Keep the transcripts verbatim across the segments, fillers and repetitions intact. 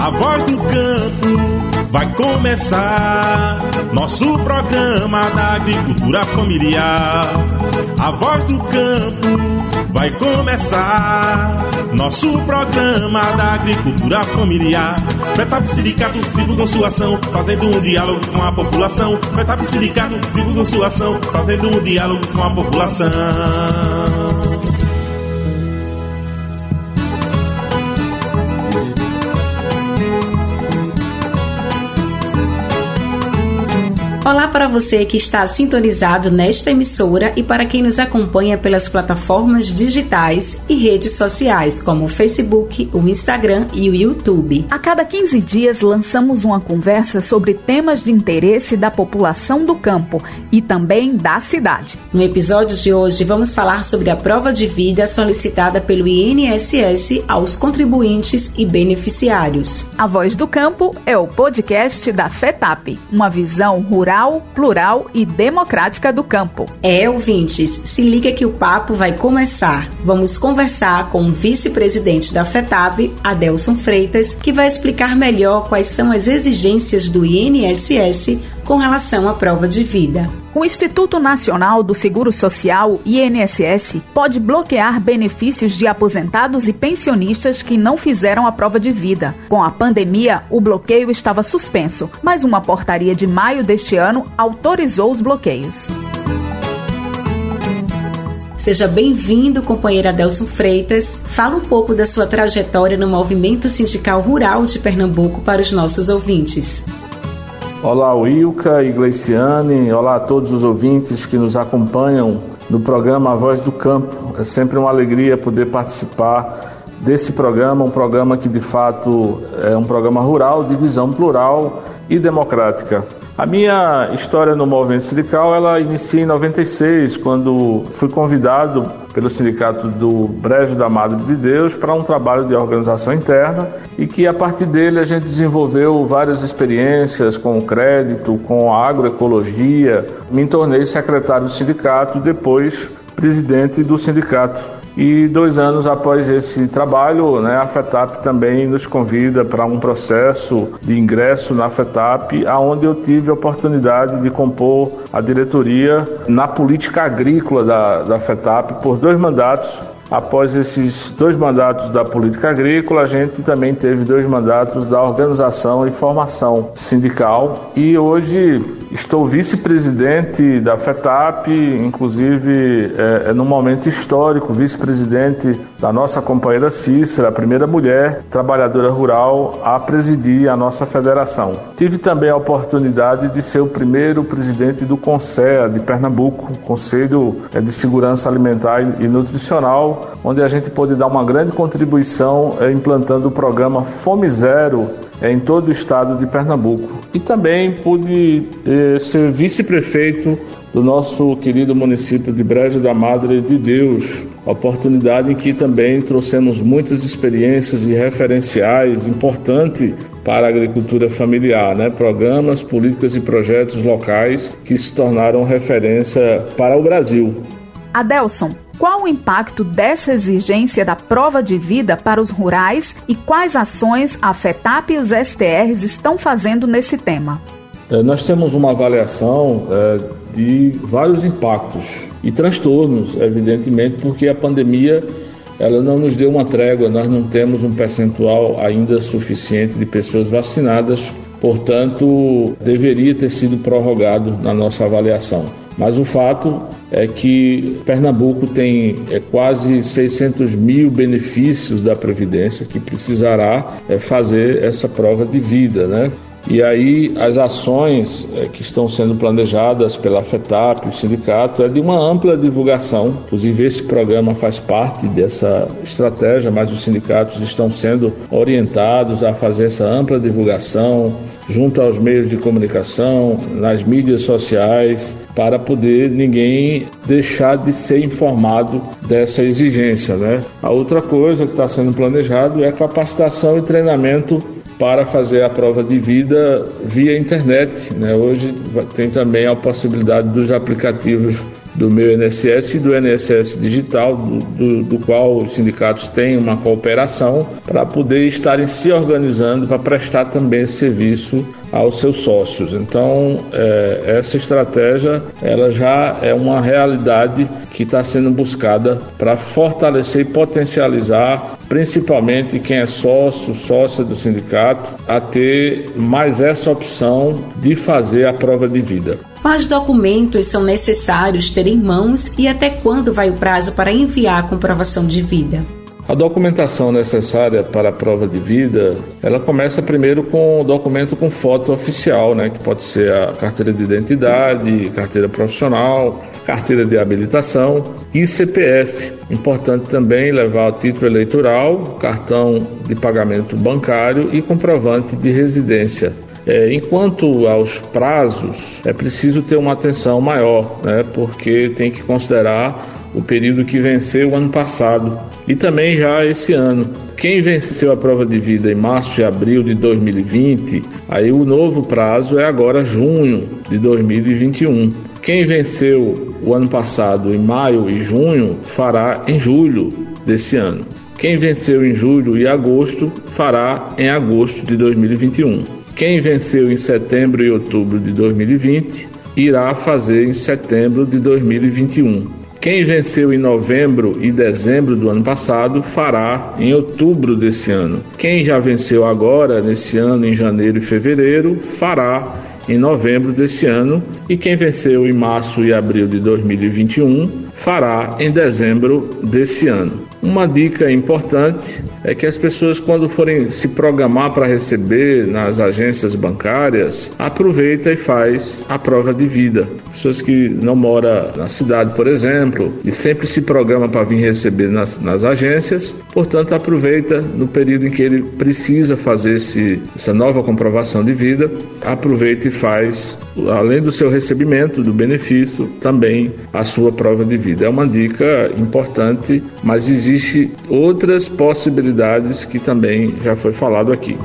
A voz do campo vai começar, nosso programa da agricultura familiar. A voz do campo vai começar, nosso programa da agricultura familiar. FETAP Sindicato divulgam sua ação, fazendo um diálogo com a população. FETAP Sindicato divulgam sua ação, fazendo um diálogo com a população. Olá para você que está sintonizado nesta emissora e para quem nos acompanha pelas plataformas digitais e redes sociais como o Facebook, o Instagram e o YouTube. A cada quinze dias lançamos uma conversa sobre temas de interesse da população do campo e também da cidade. No episódio de hoje vamos falar sobre a prova de vida solicitada pelo I N S S aos contribuintes e beneficiários. A Voz do Campo é o podcast da FETAP, uma visão rural, plural e democrática do campo. É, ouvintes, se liga que o papo vai começar. Vamos conversar com o vice-presidente da FETAP, Adelson Freitas, que vai explicar melhor quais são as exigências do I N S S com relação à prova de vida. O Instituto Nacional do Seguro Social, I N S S, pode bloquear benefícios de aposentados e pensionistas que não fizeram a prova de vida. Com a pandemia, o bloqueio estava suspenso, mas uma portaria de maio deste ano autorizou os bloqueios. Seja bem-vindo, companheiro Adelson Freitas. Fala um pouco da sua trajetória no movimento sindical rural de Pernambuco para os nossos ouvintes. Olá, Wilka e Gleiciane, olá a todos os ouvintes que nos acompanham no programa A Voz do Campo. É sempre uma alegria poder participar desse programa, um programa que de fato é um programa rural, de visão plural e democrática. A minha história no movimento sindical, ela inicia em noventa e seis, quando fui convidado pelo sindicato do Brejo da Madre de Deus para um trabalho de organização interna e que a partir dele a gente desenvolveu várias experiências com o crédito, com a agroecologia. Me tornei secretário do sindicato, depois presidente do sindicato. E dois anos após esse trabalho, né, a FETAP também nos convida para um processo de ingresso na FETAP, onde eu tive a oportunidade de compor a diretoria na política agrícola da, da FETAP por dois mandatos. Após esses dois mandatos da política agrícola, a gente também teve dois mandatos da organização e formação sindical. E hoje estou vice-presidente da FETAP, inclusive é, é num momento histórico, vice-presidente da nossa companheira Cícera, a primeira mulher trabalhadora rural a presidir a nossa federação. Tive também a oportunidade de ser o primeiro presidente do CONSEA de Pernambuco, Conselho de Segurança Alimentar e Nutricional, onde a gente pôde dar uma grande contribuição é, implantando o programa Fome Zero é, em todo o estado de Pernambuco. E também pude é, ser vice-prefeito do nosso querido município de Brejo da Madre de Deus, oportunidade em que também trouxemos muitas experiências e referenciais importantes para a agricultura familiar, né? Programas, políticas e projetos locais que se tornaram referência para o Brasil. Adelson, qual o impacto dessa exigência da prova de vida para os rurais e quais ações a FETAP e os S T Rs estão fazendo nesse tema? É, nós temos uma avaliação é, de vários impactos e transtornos, evidentemente, porque a pandemia ela não nos deu uma trégua, nós não temos um percentual ainda suficiente de pessoas vacinadas, portanto, deveria ter sido prorrogado na nossa avaliação. Mas o fato é que Pernambuco tem é, quase seiscentos mil benefícios da Previdência que precisará é, fazer essa prova de vida, né? E aí as ações é, que estão sendo planejadas pela FETAP, o sindicato, é de uma ampla divulgação. Inclusive esse programa faz parte dessa estratégia, mas os sindicatos estão sendo orientados a fazer essa ampla divulgação junto aos meios de comunicação, nas mídias sociais, para poder ninguém deixar de ser informado dessa exigência, né? A outra coisa que está sendo planejado é capacitação e treinamento para fazer a prova de vida via internet, né? Hoje tem também a possibilidade dos aplicativos do Meu I N S S e do I N S S Digital, do, do, do qual os sindicatos têm uma cooperação para poder estarem se organizando para prestar também esse serviço aos seus sócios. Então, é, essa estratégia ela já é uma realidade que está sendo buscada para fortalecer e potencializar, principalmente quem é sócio, sócia do sindicato, a ter mais essa opção de fazer a prova de vida. Quais documentos são necessários ter em mãos e até quando vai o prazo para enviar a comprovação de vida? A documentação necessária para a prova de vida, ela começa primeiro com o documento com foto oficial, né, que pode ser a carteira de identidade, carteira profissional, carteira de habilitação e C P F. Importante também levar o título eleitoral, cartão de pagamento bancário e comprovante de residência. É, enquanto aos prazos, é preciso ter uma atenção maior, né, porque tem que considerar o período que venceu o ano passado e também já esse ano. Quem venceu a prova de vida em março e abril de dois mil e vinte, aí o novo prazo é agora junho de dois mil e vinte e um. Quem venceu o ano passado em maio e junho, fará em julho desse ano. Quem venceu em julho e agosto, fará em agosto de dois mil e vinte e um. Quem venceu em setembro e outubro de dois mil e vinte, irá fazer em setembro de dois mil e vinte e um. Quem venceu em novembro e dezembro do ano passado, fará em outubro desse ano. Quem já venceu agora, nesse ano, em janeiro e fevereiro, fará em novembro desse ano. E quem venceu em março e abril de dois mil e vinte e um, fará em dezembro desse ano. Uma dica importante é que as pessoas, quando forem se programar para receber nas agências bancárias, aproveita e faz a prova de vida. Pessoas que não moram na cidade, por exemplo, e sempre se programa para vir receber nas, nas agências, portanto, aproveita no período em que ele precisa fazer esse, essa nova comprovação de vida, aproveita e faz, além do seu recebimento, do benefício, também a sua prova de vida. É uma dica importante, mas existe Existem outras possibilidades que também já foi falado aqui.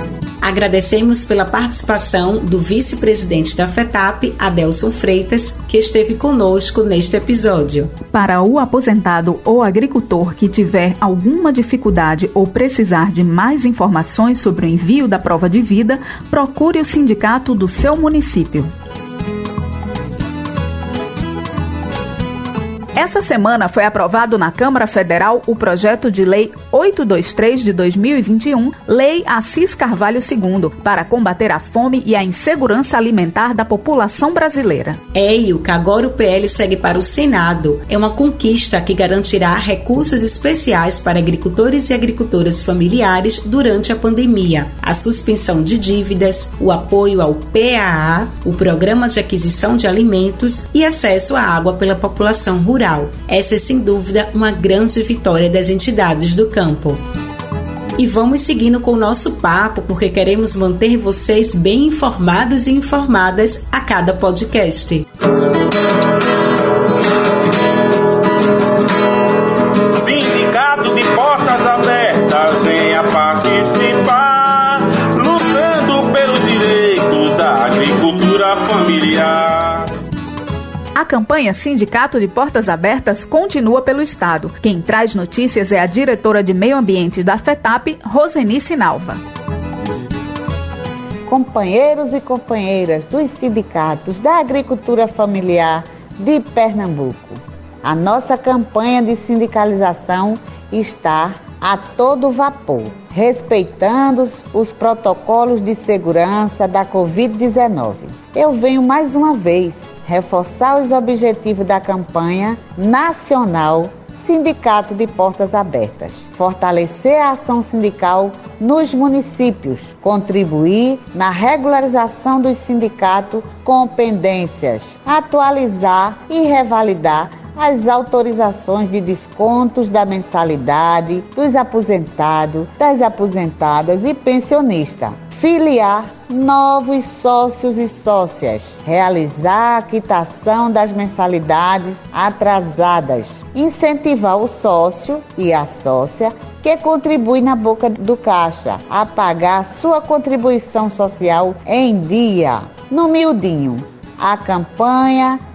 Agradecemos pela participação do vice-presidente da FETAP, Adelson Freitas, que esteve conosco neste episódio. Para o aposentado ou agricultor que tiver alguma dificuldade ou precisar de mais informações sobre o envio da prova de vida, procure o sindicato do seu município. Essa semana foi aprovado na Câmara Federal o projeto de Lei oitocentos e vinte e três de dois mil e vinte e um, Lei Assis Carvalho segundo, para combater a fome e a insegurança alimentar da população brasileira. É, Ilka, agora o P L segue para o Senado. É uma conquista que garantirá recursos especiais para agricultores e agricultoras familiares durante a pandemia, a suspensão de dívidas, o apoio ao P A A, o Programa de Aquisição de Alimentos e acesso à água pela população rural. Essa é, sem dúvida, uma grande vitória das entidades do campo. E vamos seguindo com o nosso papo, porque queremos manter vocês bem informados e informadas a cada podcast. Sindicato de Portas Abertas, venha participar, lutando pelos direitos da agricultura familiar. A campanha Sindicato de Portas Abertas continua pelo Estado. Quem traz notícias é a diretora de Meio Ambiente da FETAP, Roseni Sinalva. Companheiros e companheiras dos sindicatos da agricultura familiar de Pernambuco, a nossa campanha de sindicalização está a todo vapor, respeitando os protocolos de segurança da covid dezenove. Eu venho mais uma vez reforçar os objetivos da campanha nacional Sindicato de Portas Abertas, fortalecer a ação sindical nos municípios, contribuir na regularização dos sindicatos com pendências, atualizar e revalidar as autorizações de descontos da mensalidade dos aposentados, das aposentadas e pensionistas, filiar novos sócios e sócias, realizar a quitação das mensalidades atrasadas, incentivar o sócio e a sócia que contribui na boca do caixa a pagar sua contribuição social em dia. No miudinho, a campanha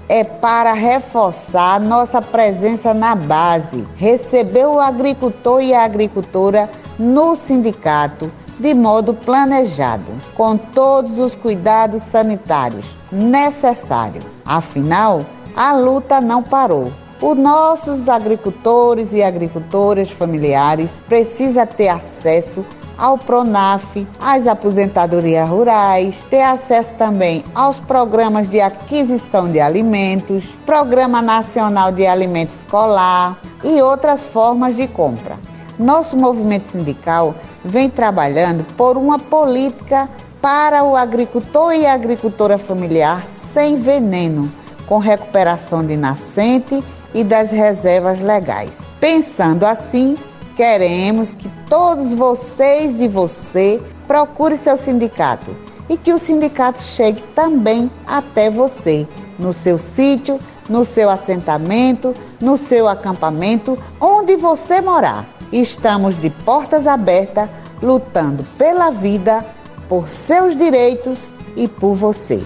é para reforçar nossa presença na base, receber o agricultor e a agricultora no sindicato de modo planejado, com todos os cuidados sanitários necessários. Afinal, a luta não parou. Os nossos agricultores e agricultoras familiares precisam ter acesso ao PRONAF, às aposentadorias rurais, ter acesso também aos programas de aquisição de alimentos, Programa Nacional de Alimento Escolar e outras formas de compra. Nosso movimento sindical vem trabalhando por uma política para o agricultor e a agricultora familiar sem veneno, com recuperação de nascente e das reservas legais. Pensando assim, queremos que todos vocês e você procure seu sindicato e que o sindicato chegue também até você, no seu sítio, no seu assentamento, no seu acampamento, onde você morar. Estamos de portas abertas, lutando pela vida, por seus direitos e por você.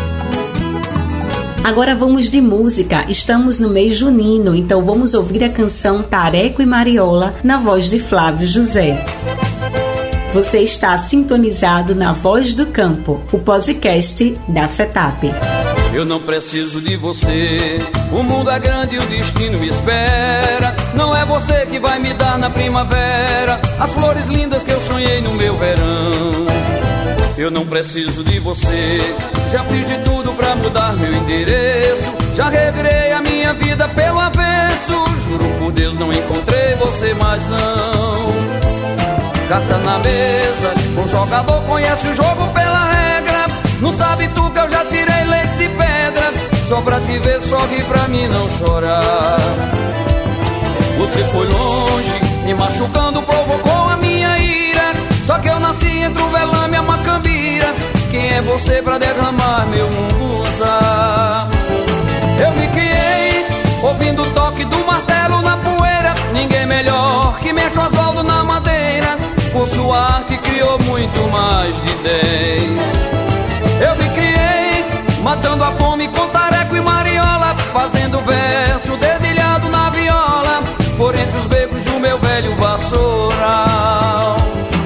Agora vamos de música. Estamos no mês junino, então vamos ouvir a canção Tareco e Mariola na voz de Flávio José. Você está sintonizado na Voz do Campo, o podcast da FETAP. Eu não preciso de você, o mundo é grande e o destino me espera. Não é você que vai me dar na primavera as flores lindas que eu sonhei no meu verão. Eu não preciso de você, já fiz de tudo pra mudar meu endereço. Já revirei a minha vida pelo avesso. Juro por Deus, não encontrei você mais não. Carta na mesa, o jogador conhece o jogo pela regra. Não sabe tu que eu já tirei leite de pedra. Só pra te ver, sorri pra mim não chorar. Você foi longe, me machucando, provocou a minha ira. Só que eu nasci entre o velame e a macambira. Quem é você pra derramar meu mungunzá? Eu me criei ouvindo o toque do martelo na poeira. Ninguém melhor que mexe o Oswaldo na madeira. Por sua arte criou muito mais de dez. Eu me criei matando a fome com tareco e mariola, fazendo verso dedilhado na viola, por entre os becos do meu velho vassoural.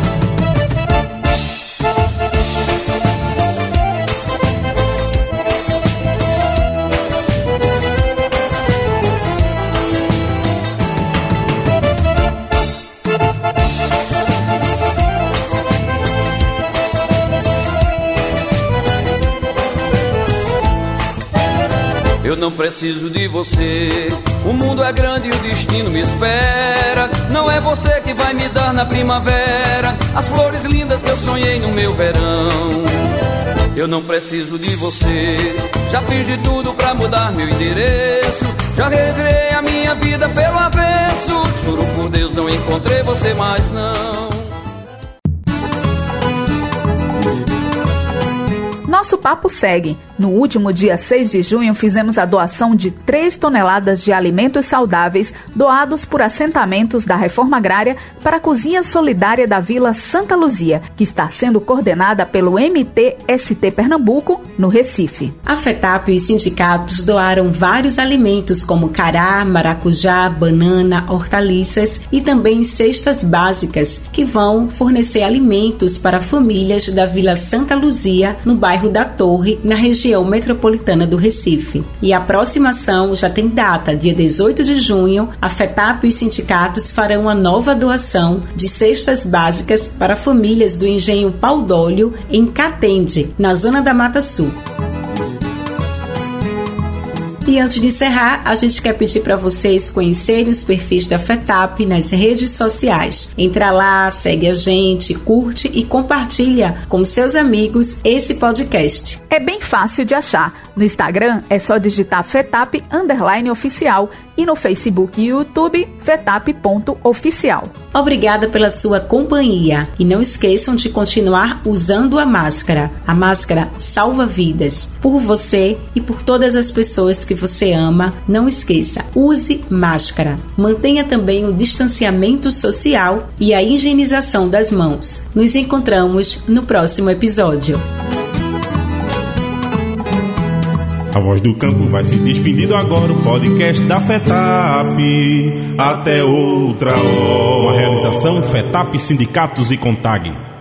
Eu não preciso de você, o mundo é grande e o destino me espera. Não é você que vai me dar na primavera as flores lindas que eu sonhei no meu verão. Eu não preciso de você, já fiz de tudo pra mudar meu endereço. Já revirei a minha vida pelo avesso. Juro por Deus, não encontrei você mais não. Nosso papo segue. No último dia seis de junho, fizemos a doação de três toneladas de alimentos saudáveis doados por assentamentos da Reforma Agrária para a Cozinha Solidária da Vila Santa Luzia, que está sendo coordenada pelo M T S T Pernambuco, no Recife. A FETAP e os sindicatos doaram vários alimentos como cará, maracujá, banana, hortaliças e também cestas básicas que vão fornecer alimentos para famílias da Vila Santa Luzia, no bairro da Torre, na região metropolitana do Recife. E a próxima ação já tem data, dia dezoito de junho, a FETAP e os sindicatos farão uma nova doação de cestas básicas para famílias do Engenho Pau d'Óleo, em Catende, na zona da Mata Sul. E antes de encerrar, a gente quer pedir para vocês conhecerem os perfis da FETAP nas redes sociais. Entra lá, segue a gente, curte e compartilha com seus amigos esse podcast. É bem fácil de achar. No Instagram é só digitar FETAP underline oficial e no Facebook e YouTube fetap ponto oficial. Obrigada pela sua companhia e não esqueçam de continuar usando a máscara. A máscara salva vidas. Por você e por todas as pessoas que você ama, não esqueça, use máscara. Mantenha também o distanciamento social e a higienização das mãos. Nos encontramos no próximo episódio. A Voz do Campo vai se despedindo agora, o podcast da FETAP. Até outra hora. Uma realização FETAP, Sindicatos e CONTAG.